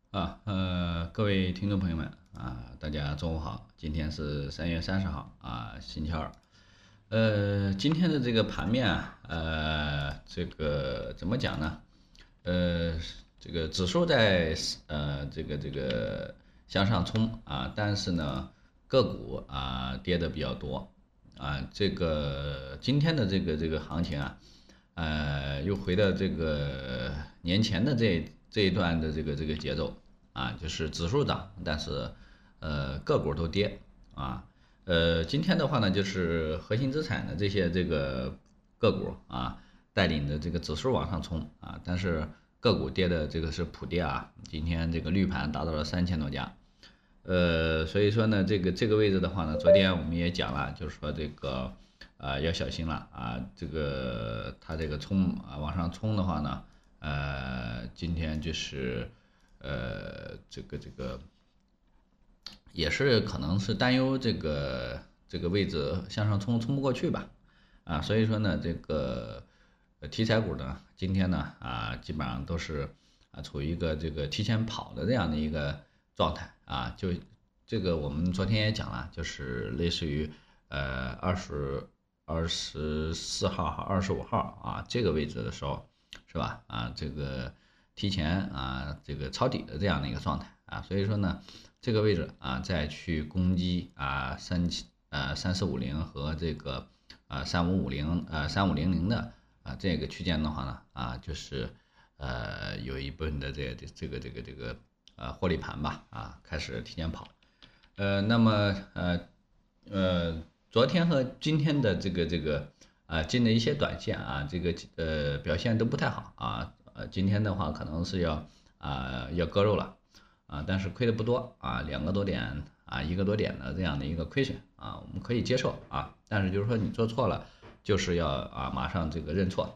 各位听众朋友们大家中午好，今天是3月30号星期二。今天的这个盘面这个怎么讲呢？这个指数在这个向上冲但是呢，个股跌的比较多这个今天的这个行情又回到这个年前的这一段的这个节奏就是指数涨，但是个股都跌今天的话呢，就是核心资产的这个个股带领着这个指数往上冲但是个股跌的这个是普跌今天这个绿盘达到了3000多家。所以说呢，这个位置的话呢，昨天我们也讲了，就是说这个要小心了这个它这个往上冲的话呢，今天就是这个也是可能是担忧这个位置向上冲不过去吧所以说呢，这个题材股呢，今天呢基本上都是处于一个这个提前跑的这样的一个状态就这个我们昨天也讲了，就是类似于24号和25号这个位置的时候是吧这个提前这个抄底的这样的一个状态所以说呢，这个位置再去攻击3450和这个3500的这个区间的话呢就是有一部分的这个获利盘吧开始提前跑。那么昨天和今天的这个进的一些短线这个表现都不太好今天的话可能是要割肉了但是亏的不多2个多点1个多点的这样的一个亏损我们可以接受但是就是说你做错了，就是要马上这个认错。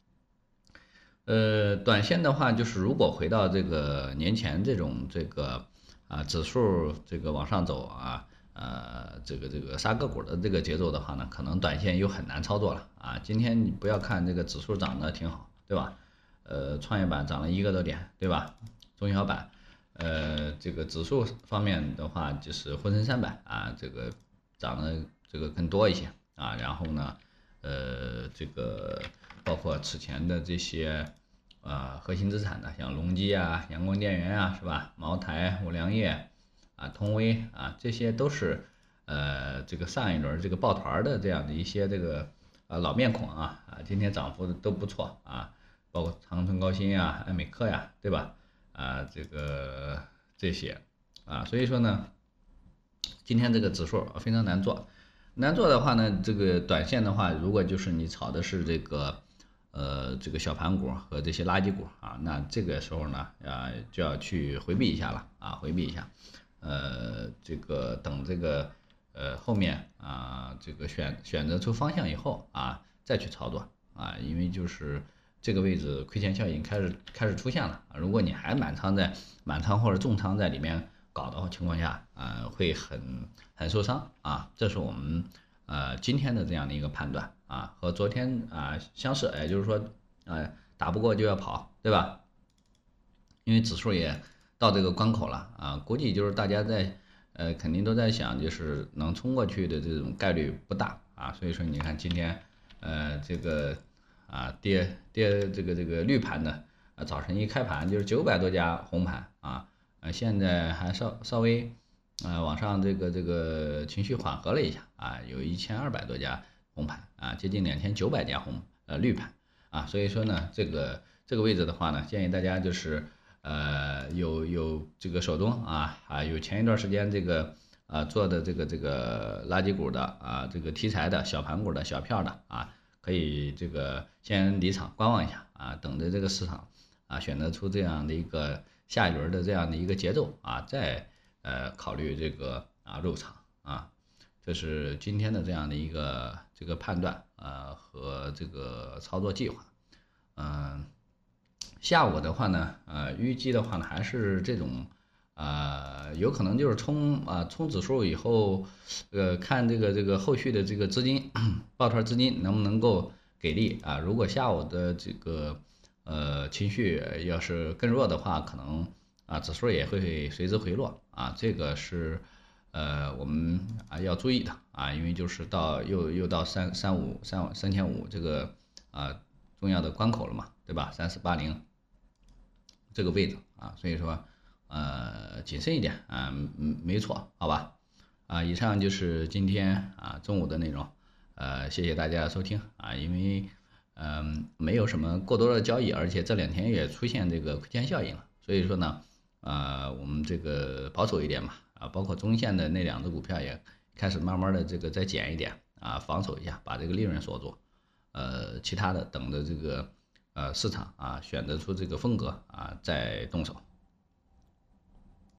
短线的话，就是如果回到这个年前这种这个指数这个往上走这个杀个股的这个节奏的话呢，可能短线又很难操作了今天你不要看这个指数涨得挺好，对吧？创业板涨了1个多点，对吧？中小板这个指数方面的话，就是沪深300这个涨得这个更多一些然后呢这个包括此前的这些核心资产的，像隆基阳光电源是吧？茅台、五粮液通威这些都是这个上一轮这个抱团的这样的一些这个老面孔今天涨幅都不错包括长春高新爱美克对吧？这个这些所以说呢，今天这个指数非常难做。难做的话呢，这个短线的话，如果就是你炒的是这个小盘股和这些垃圾股那这个时候呢就要去回避一下了回避一下。这个等这个后面这个选择出方向以后再去操作因为就是这个位置亏钱效应开始出现了如果你还满仓或者重仓在里面搞的情况下会很受伤这是我们今天的这样的一个判断和昨天相似，也就是说打不过就要跑，对吧？因为指数也到这个关口了估计就是大家肯定都在想，就是能冲过去的这种概率不大所以说你看今天这个跌这个绿盘的早晨一开盘就是900多家红盘现在还稍微往上这个情绪缓和了一下有1200多家红盘接近2900家绿盘所以说呢，这个位置的话呢，建议大家就是有这个手中有前一段时间这个做的这个垃圾股的这个题材的小盘股的小票的可以这个先离场观望一下等着这个市场选择出这样的一个下一轮的这样的一个节奏再考虑这个入场这是今天的这样的一个这个判断和这个操作计划。下午的话呢预计的话呢还是这种有可能就是冲指数以后看这个后续的这个资金抱团资金能不能够给力如果下午的这个情绪要是更弱的话，可能指数也会随之回落这个是我们要注意的因为就是又到3500这个重要的关口了嘛，对吧？3480这个位置所以说谨慎一点没错，好吧？以上就是今天中午的内容，谢谢大家收听因为没有什么过多的交易，而且这2天也出现这个亏钱效应了，所以说呢我们这个保守一点吧包括中线的那2只股票也开始慢慢的这个再减一点防守一下，把这个利润锁住，其他的等着这个市场选择出这个风格再动手。